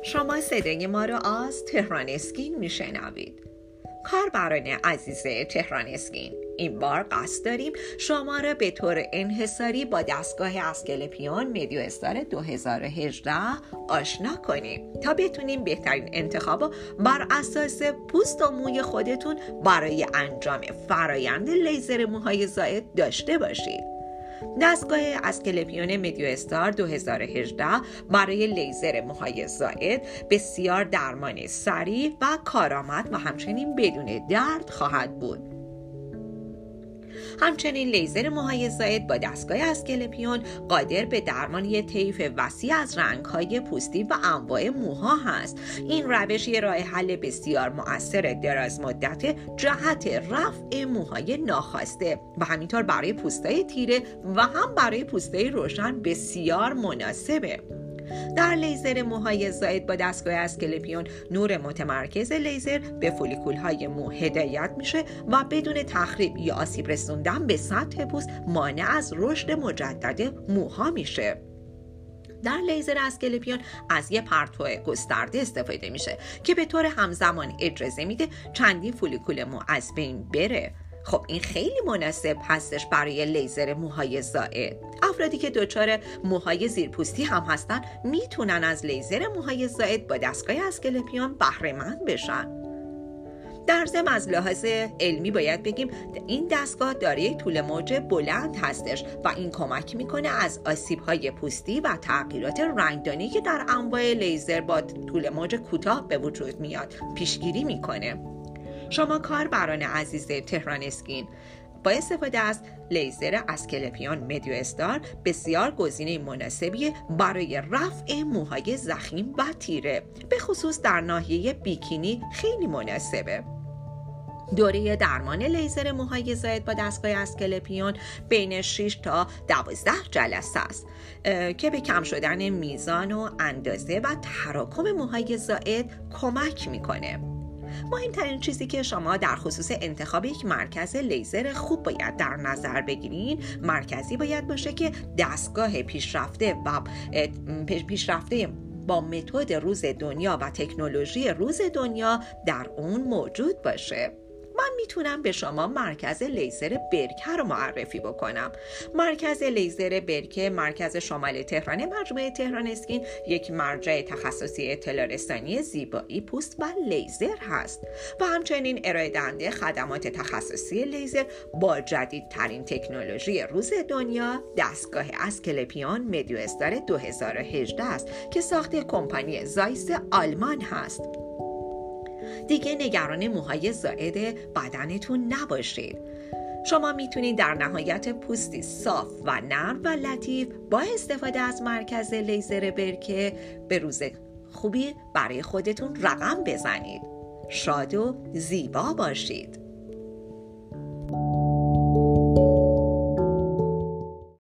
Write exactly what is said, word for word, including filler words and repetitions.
شما صدای ما رو از تهران اسکین میشنوید. کاربران عزیز تهران اسکین، این بار قصد داریم شما را به طور انحصاری با دستگاه اسکلپیون مدیو استار دو هزار و هجده آشنا کنیم تا بتونیم بهترین انتخاب بر اساس پوست و موی خودتون برای انجام فرایند لیزر موهای زائد داشته باشید. دستگاه اسکلپیون مدیو استار دو هزار و هجده برای لیزر موهای زائد بسیار درمان سریع و کارآمد و همچنین بدون درد خواهد بود. همچنین لیزر موهای زائد با دستگاه اسکلپیون قادر به درمان یک طیف وسیع از رنگ‌های پوستی و انواع موها هست. این روش یک راه حل بسیار مؤثر دراز مدت جهت رفع موهای ناخواسته و همینطور برای پوستای تیره و هم برای پوستای روشن بسیار مناسبه. در لیزر موهای زائد با دستگاه اسکلپیون نور متمرکز لیزر به فولیکول‌های مو هدایت میشه و بدون تخریب یا آسیب رسوندن به سطح پوست مانع از رشد مجدد موها میشه. در لیزر اسکلپیون از یه پرتو گسترده استفاده میشه که به طور همزمان اجازه میده چندین فولیکول مو از بین بره. خب این خیلی مناسب هستش برای لیزر موهای زائد. افرادی که دچار موهای زیرپوستی هم هستن میتونن از لیزر موهای زائد با دستگاه اسکلپیون بهره مند بشن. در ضمن از لحاظ علمی باید بگیم این دستگاه دارای طول موج بلند هستش و این کمک میکنه از آسیب‌های پوستی و تغییرات رنگدانی که در انواع لیزر با طول موج کوتاه به وجود میاد پیشگیری میکنه. شما کاربران عزیز تهران اسکین با استفاده از لیزر اسکلپیون مدیو استار بسیار گزینه مناسبیه برای رفع موهای ضخیم و تیره، به خصوص در ناحیه بیکینی خیلی مناسبه. دوره درمان لیزر موهای زائد با دستگاه اسکلپیون بین شش تا دوازده جلسه است که به کم شدن میزان و اندازه و تراکم موهای زائد کمک میکنه. مهمترین چیزی که شما در خصوص انتخاب یک مرکز لیزر خوب باید در نظر بگیرین، مرکزی باید باشه که دستگاه پیشرفته و پیشرفته با متد روز دنیا و تکنولوژی روز دنیا در اون موجود باشه. من میتونم به شما مرکز لیزر برکه رو معرفی بکنم. مرکز لیزر برکه مرکز شمال تهران مجموعه تهران اسکین یک مرجع تخصصی اطلاع رسانی زیبایی پوست و لیزر هست و همچنین ارائه دهنده خدمات تخصصی لیزر با جدیدترین تکنولوژی روز دنیا دستگاه اسکلپیون مدیو استار دو هزار و هجده است که ساخت کمپانی زایس آلمان هست. دیگه نگران موهای زائد بدنتون نباشید. شما میتونید در نهایت پوستی صاف و نرم و لطیف با استفاده از مرکز لیزر برکه به روز خوبی برای خودتون رقم بزنید. شاد و زیبا باشید.